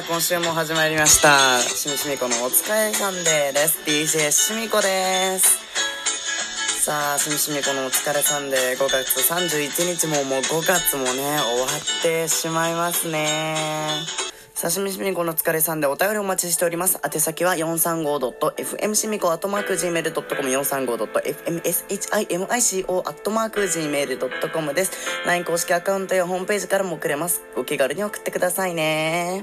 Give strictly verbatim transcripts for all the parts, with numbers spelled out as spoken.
今週も始まりました。しみしみこのお疲れサンデーです。ディージェー しみこです。さあ、しみしみこのお疲れサンデーごがつさんじゅういちにちももうごがつもね、終わってしまいますね。さあ、しみしみこのお疲れサンデーお便りお待ちしております。宛先は よんさんごドットエフエムシミコ アットマークジーメールドットコム よんさんごドットエフエムシミコ アットマークジーメールドットコム です。ライン 公式アカウントやホームページからも送れます。お気軽に送ってくださいね。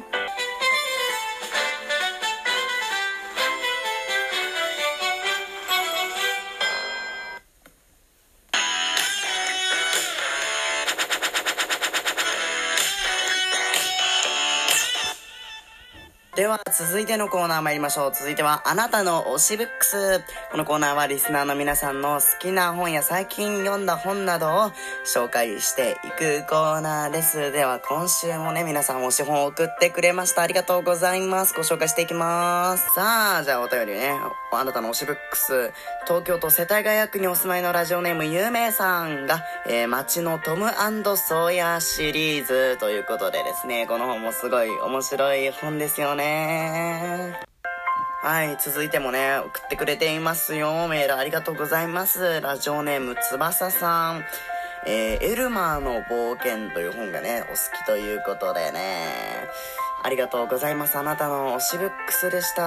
では続いてのコーナー参りましょう。続いてはあなたの推しブックス。このコーナーはリスナーの皆さんの好きな本や最近読んだ本などを紹介していくコーナーです。では今週もね、皆さん推し本を送ってくれました。ありがとうございます。ご紹介していきます。さあ、じゃあお便りね、あなたの推しブックス。東京都世田谷区にお住まいのラジオネームゆうめいさんが、えー、街のトム&ソーヤシリーズということでですね、この本もすごい面白い本ですよね。はい、続いてもね、送ってくれていますよ。メールありがとうございます。ラジオネームつばささん。えー、エルマーの冒険という本がね、お好きということでね、ありがとうございます。あなたの推しブックスでした。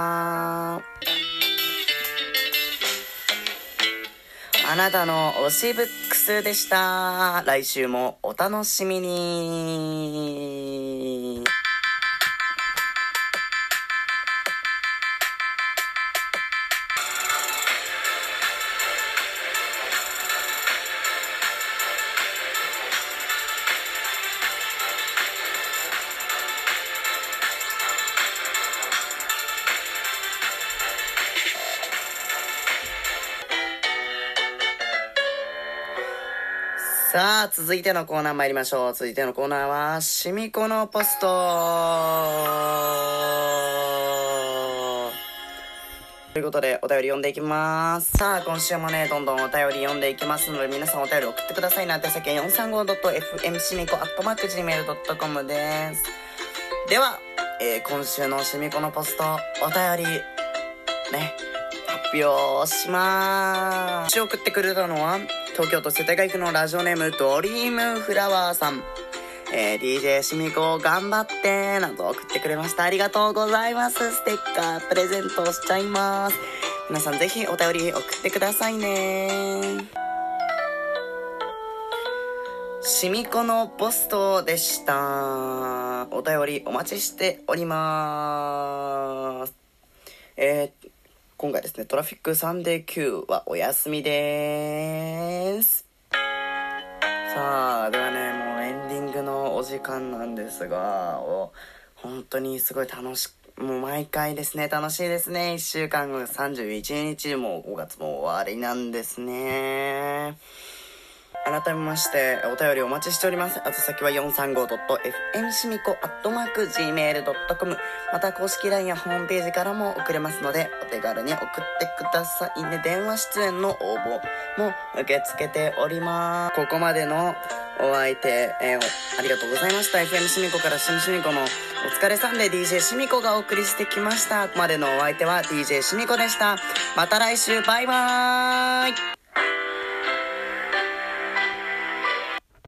あなたの推しブックスでした。来週もお楽しみに。さあ、続いてのコーナー参りましょう。続いてのコーナーは、しみこのポストということで、お便り読んでいきます。さあ、今週もね、どんどんお便り読んでいきますので、皆さんお便り送ってくださいな。宛先は よんさんごドットエフエムシミコ アットマークジーメールドットコム です。では、えー、今週のしみこのポスト、お便り、ね、発表しまーす。送ってくれたのは、東京都世田谷区のラジオネームドリームフラワーさん。えー、ディージェー しみこ頑張ってなど送ってくれました。ありがとうございます。ステッカープレゼントしちゃいます。皆さんぜひお便り送ってくださいね。しみこのポストでした。お便りお待ちしております。えー今回ですね、トラフィックサンデー Q はお休みでーす。さあ、ではね、もうエンディングのお時間なんですが、お本当にすごい楽しく、もう毎回ですね、楽しいですね。いっしゅうかんご、さんじゅういちにちもごがつも終わりなんですね。改めましてお便りお待ちしております。宛先は よんさんごドットエフエムシミコ アットマークジーメールドットコム また公式 ライン やホームページからも送れますので、お手軽に送ってくださいね。電話出演の応募も受け付けております。ここまでのお相手、えー、ありがとうございました。 エフエム シミコからしみしみこのお疲れサンデー ディージェー しみこがお送りしてきました。ここまでのお相手は ディージェー しみこでした。また来週、バイバーイ。